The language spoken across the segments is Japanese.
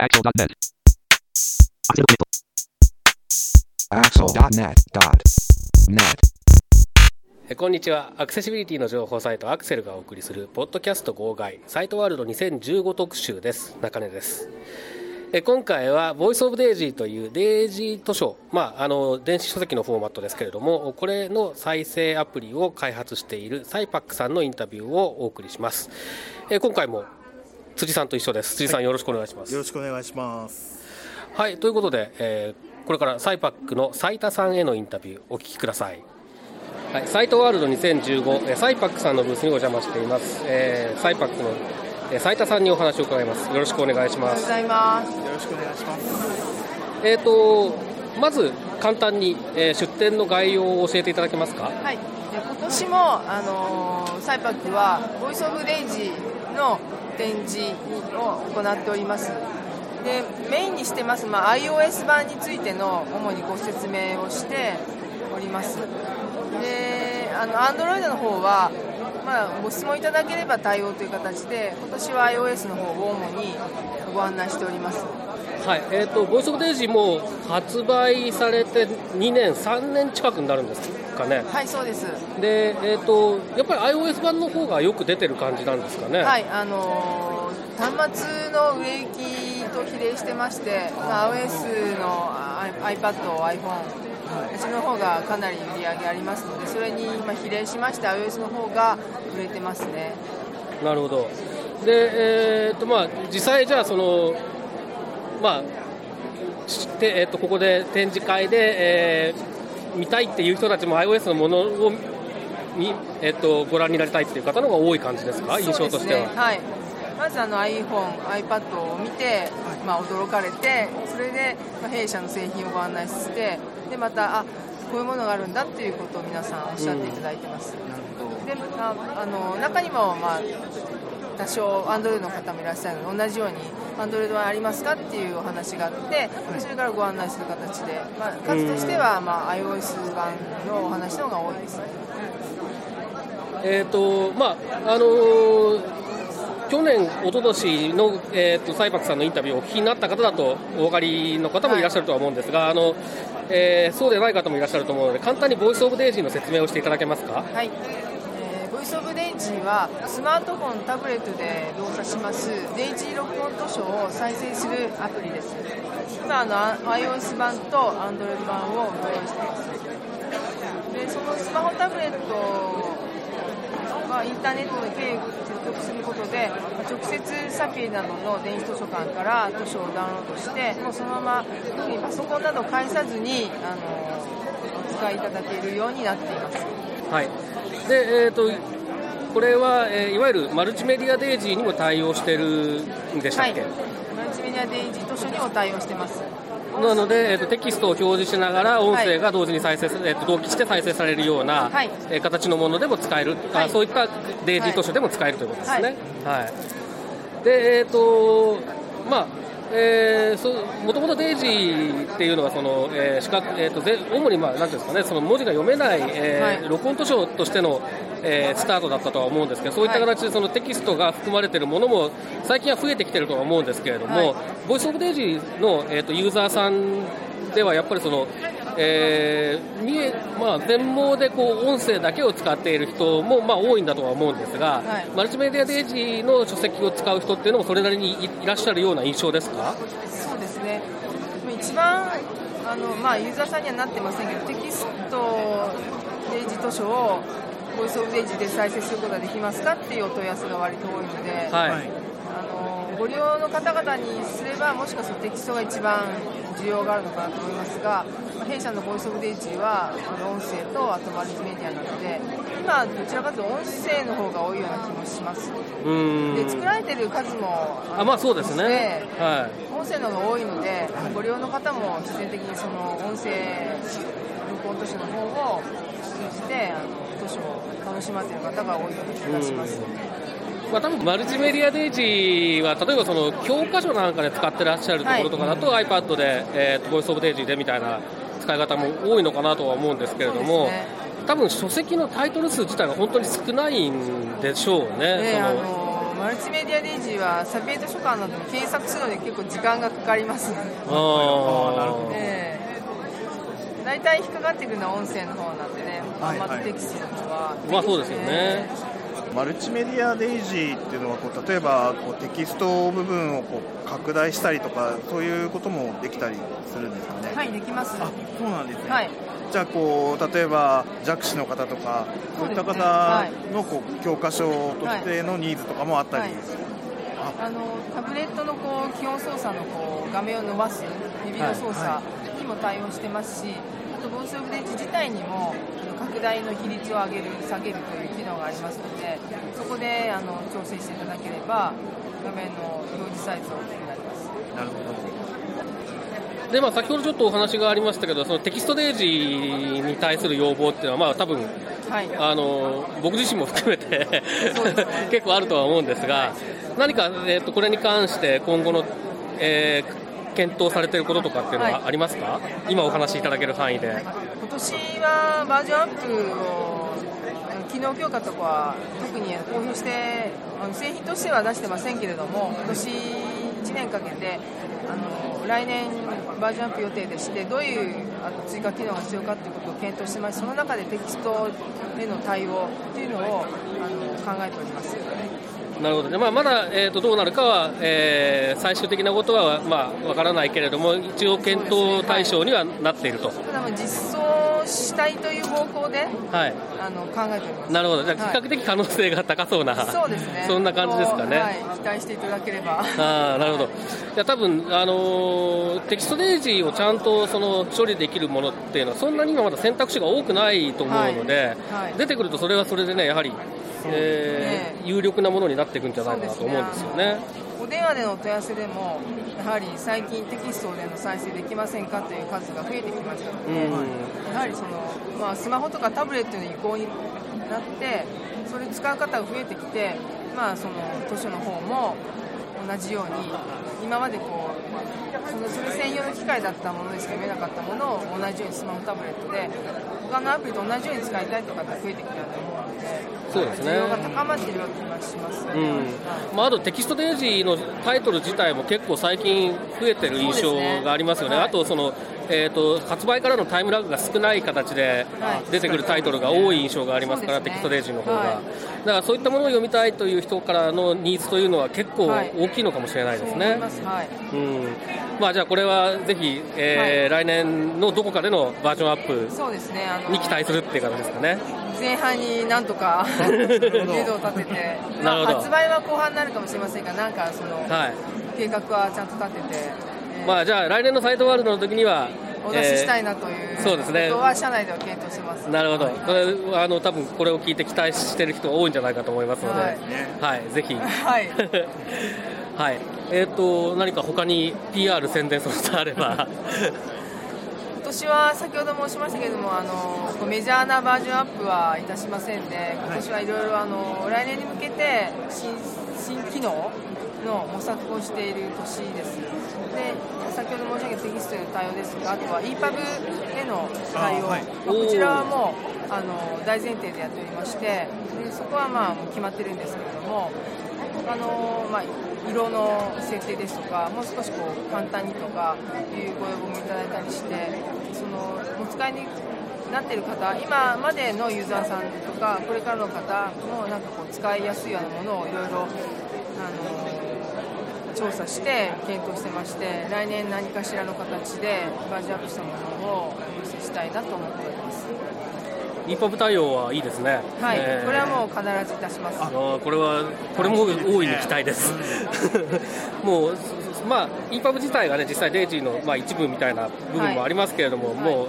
Axel.net. Axel.net.net こんにちは。アクセシビリティの情報サイトアクセルがお送りするポッドキャスト号外サイトワールド2015特集です。中根です。今回はボイスオブデイジーというデイジー図書、電子書籍のフォーマットですけれども、これの再生アプリを開発しているサイパックさんのインタビューをお送りします。今回も辻さんと一緒です。辻さん、よろしくお願いします。 よろしくお願いします。 はい、ということで、これからサイパックの斉田さんへのインタビューお聞きください。はい、サイトワールド2015、サイパックさんのブースにお邪魔しています。サイパックの斉田さんにお話を伺います。よろしくお願いします。 おはようございます。 よろしくお願いします。 まず簡単に、出展の概要を教えていただけますか。 はい、今年も、サイパックはボイスオブデイジーの展示を行っております。でメインにしてます、iOS 版についての主にご説明をしております。でAndroid の方は、ご質問いただければ対応という形で今年は iOS の方を主にご案内しております。 はい、ボイスオブデイジーも発売されて2年3年近くになるんですかね。 はい、そうです。 で、やっぱり iOS 版の方がよく出てる感じなんですかね。 はい、端末の売れ行きと比例してまして、iOS の iPad、iPhone、うちの方がかなり売り上げありますので、それに比例しまして iOS の方が売れてますね。 なるほど。で、実際じゃあそのここで展示会で、見たいっていう人たちも iOS のものをご覧になりたいっていう方の方が多い感じですか。印象としては。 はい、まずiPhone、iPad を見て、驚かれて、それで、弊社の製品をご案内して、でまたこういうものがあるんだっていうことを皆さんおっしゃっていただいてます。で中にも、多少 Android の方もいらっしゃるので、同じように Android はありますかっていうお話があって、それからご案内する形で、数としては、iOS 版のお話の方が多いです。 去年、一昨年の、サイパックさんのインタビューをお聞きになった方だとお分かりの方もいらっしゃるとは思うんですが、そうでない方もいらっしゃると思うので、簡単にボイスオブデイジーの説明をしていただけますか。 はい、ボイスオブデイジーはスマートフォン、タブレットで動作しますデイジー録音図書を再生するアプリです。今iOS 版と Android 版をご用意しています。でそのスマホ、タブレットインターネットで接続することで、直接サピエなどの電子図書館から図書をダウンロードして、もうそのままパソコンなどを介さずにお使いいただけるようになっています。 はい。で、これは、いわゆるマルチメディアデイジーにも対応してるんでしたっけ。はい、 マルチメディアデイジー図書にも対応してます。 なので、テキストを表示しながら音声が同時に再生、同期して再生されるような、形のものでも使える、そういったデイジー図書でも使えるということですね。はい。で、もともとデイジーっていうのはその、主になんていうんですかね、その文字が読めない、録音図書としての、スタートだったとは思うんですけど、そういった形でそのテキストが含まれているものも最近は増えてきているとは思うんですけれども、ボイスオブデイジーの、ユーザーさんではやっぱりその、全盲で音声だけを使っている人も多いんだとは思うんですが、マルチメディアデイジーの書籍を使う人っていうのもそれなりにいらっしゃるような印象ですか。 そうですね、一番ユーザーさんにはなってませんけど、テキストデイジー図書をボイスオブデイジーで再生することができますかっていうお問い合わせが割と多いので、ご利用の方々にすればもしかするとテキストが一番需要があるのかなと思いますが、弊社のボイスオブデイジーは音声とあとマルチメディアなので、今どちらかというと音声の方が多いような気もします。で作られている数もそうですね、 音声の方が多いので、ご利用の方も必然的にその音声録音図書の方を通じて図書を楽しまれている方が多いような気がします。 多分マルチメディアデイジーは例えばその教科書なんかで使ってらっしゃるところとかだと、iPad で、ボイスオブデイジーでみたいな使い方も多いのかなとは思うんですけれども、多分書籍のタイトル数自体が本当に少ないんでしょうね。 マルチメディアデイジーはサピエント書館なども検索するので結構時間がかかります。 なるほど。 大体引っかかってくるのは音声の方なんでね、まずテキストの方は、 まあそうですよね。 マルチメディアデイジーっていうのは例えばテキスト部分を拡大したりとかそういうこともできたりするんですかね。 はい、できます。 あ、そうなんですね。 はい。 じゃあ例えば弱視の方とかそういった方の教科書としてのニーズとかもあったり、 タブレットの基本操作の画面を伸ばす指の操作にも対応してますし、あとボイスオブデイジー自体にも拡大の比率を上げる下げるという機能がありますので、そこで調整していただければ画面の表示サイズが大きくなります。 なるほど。 で先ほどちょっとお話がありましたけど、そのテキストデイジーに対する要望っていうのは多分、はい、僕自身も含めて結構あるとは思うんですが、何か、これに関して今後の、検討されていることとかっていうのはありますか？今お話しいただける範囲で。 今年はバージョンアップを機能強化とかは特に公表して製品としては出してませんけれども、今年1年かけて来年バージョンアップ予定でして、どういう追加機能が必要かということを検討してます。その中でテキストへの対応というのを考えております。 なるほどね。まだ、どうなるかは、最終的なことはわからないけれども、一応検討対象にはなっていると。 ただ実装したいという方向で、はい、考えております。 なるほど。じゃあ比較的可能性が高そうな、 そうですね。 そんな感じですかね。 はい、期待していただければ。 なるほど。じゃ多分テキストデイジーをちゃんと処理できるものっていうのはそんなに今まだ選択肢が多くないと思うので、出てくるとそれはそれでね、やはり有力なものになっていくんじゃないかなと思うんですよね。 お電話でのお問い合わせでもやはり最近テキストでの再生できませんかという数が増えてきましたので、やはりスマホとかタブレットの移行になってそれを使う方が増えてきて、図書の方も同じように今までそれ専用の機械だったものでしか読めなかったものを同じようにスマホタブレットで他のアプリと同じように使いたいという方が増えてきたと思うので、 そうですね、 需要が高まっているような気がしますね。 あとテキストデイジーのタイトル自体も結構最近増えてる印象がありますよね。あと発売からのタイムラグが少ない形で出てくるタイトルが多い印象がありますから、テキストデイジーの方が、だからそういったものを読みたいという人からのニーズというのは結構大きいのかもしれないですね。じゃあこれはぜひ、来年のどこかでのバージョンアップに期待するっていう形ですかね。 前半になんとか目処を立てて、発売は後半になるかもしれませんが、なんか計画はちゃんと立てて、 じゃあ来年のサイトワールドの時にはお出ししたいなということは社内では検討してます。 なるほど。これ多分これを聞いて期待している人が多いんじゃないかと思いますので、ぜひ。はい。何か他に PR 宣伝することあれば。 今年は先ほど申しましたけれども、メジャーなバージョンアップはいたしませんで、今年はいろいろ来年に向けて新機能の模索をしている年です。で、先ほど申し上げたテキストへの対応ですが、あとは EPUB への対応、こちらはもう大前提でやっておりまして、でそこはもう決まってるんですけれども、色の設定ですとか、もう少し簡単にとかいうご要望もいただいたりして、お使いになっている方、今までのユーザーさんとかこれからの方も使いやすいようなものをいろいろ調査して検討してまして、来年何かしらの形でバージョンアップしたものをお見せしたいなと思っております。 EPUB 対応はいいですね。 はい、これはもう必ずいたします。 これも大いに期待です。もうEPUB 自体がね、実際デイジーの一部みたいな部分もありますけれども、もう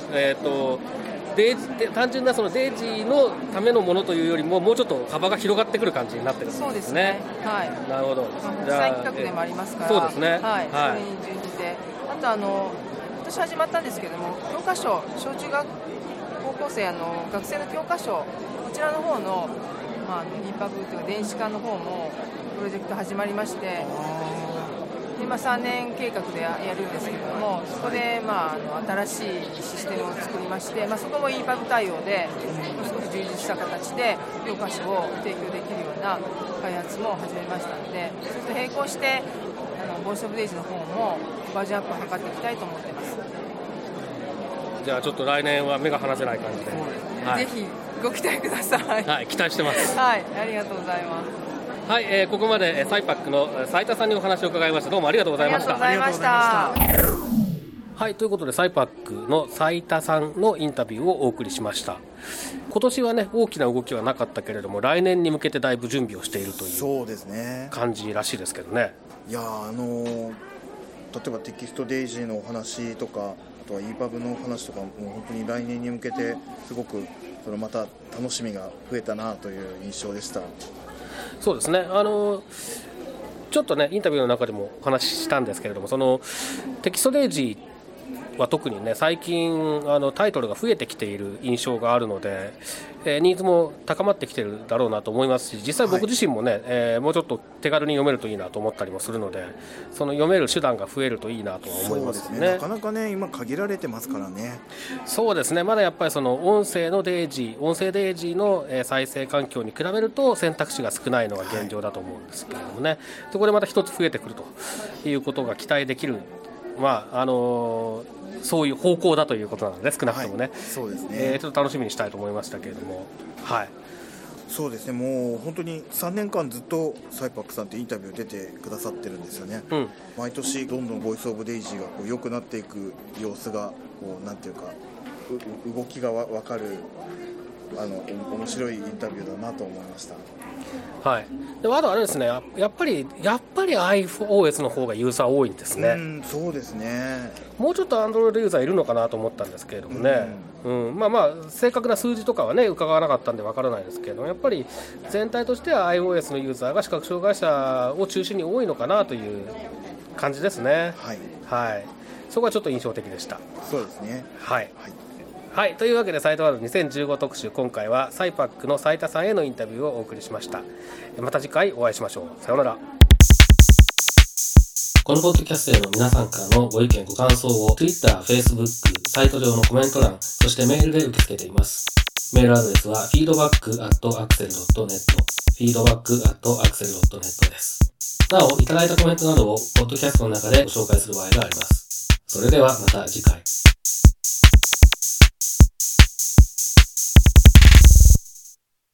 単純なデイジーのためのものというよりも、もうちょっと幅が広がってくる感じになってるんですね。 そうですね。はい。 なるほど。 国際企画でもありますから。 そうですね。 はい。それに準じて、あと今年始まったんですけれども、教科書、小中学高校生学生の教科書、こちらの方のEPUBというか電子化の方もプロジェクト始まりまして、で今3年計画でやるんですけれども、そこで、新しいシステムを作りまして、そこも EPUB 対応で少し充実した形で教科書を提供できるような開発も始めましたので、それと並行してボイスオブデイジーの方もバージョンアップを図っていきたいと思っています。 じゃあちょっと来年は目が離せない感じで、 はい、ぜひご期待ください。 はい、期待してます。 はい、ありがとうございます。 はい、ここまでサイパックの斉田さんにお話を伺いました。どうもありがとうございました。 ありがとうございました。 はい、ということでサイパックの斉田さんのインタビューをお送りしました。今年はね大きな動きはなかったけれども、来年に向けてだいぶ準備をしているという感じらしいですけどね。 いや例えばテキストデイジーのお話とか、あとは EPUB のお話とかも本当に来年に向けてすごくまた楽しみが増えたなという印象でした。 そうですね、ちょっとねインタビューの中でもお話ししたんですけれども、そのテキストデイジーは特にね最近タイトルが増えてきている印象があるので、ニーズも高まってきてるだろうなと思いますし、実際僕自身もね、もうちょっと手軽に読めるといいなと思ったりもするので、その読める手段が増えるといいなとは思いますね。 そうですね、なかなかね今限られてますからね。 そうですね、まだやっぱりその音声デイジーの再生環境に比べると選択肢が少ないのが現状だと思うんですけれどもね、そこでまた一つ増えてくるということが期待できる、そういう方向だということなので、少なくともね、 そうですね、 ちょっと楽しみにしたいと思いましたけれども、はい、 そうですね、もう本当に3年間ずっとサイパックさんってインタビュー出てくださってるんですよね。毎年どんどんボイスオブデイジーが良くなっていく様子がなんていうか動きが分かる面白いインタビューだなと思いました。 はい、であとあれですね、やっぱり iOS の方がユーザー多いんですね。 そうですね、 もうちょっと Android ユーザーいるのかなと思ったんですけれどもね、正確な数字とかはね伺わなかったんでわからないですけど、やっぱり全体としては iOS のユーザーが視覚障害者を中心に多いのかなという感じですね。はい、そこはちょっと印象的でした。 そうですね、 はい、というわけでサイトワールド2015特集、今回はサイパックの斉田さんへのインタビューをお送りしました。また次回お会いしましょう。さようなら。このポッドキャストへの皆さんからのご意見ご感想を Twitter、Facebook、サイト上のコメント欄、そしてメールで受け付けています。メールアドレスは feedback@axel.net feedback@axel.net です。なお、いただいたコメントなどをポッドキャストの中でご紹介する場合があります。それではまた次回。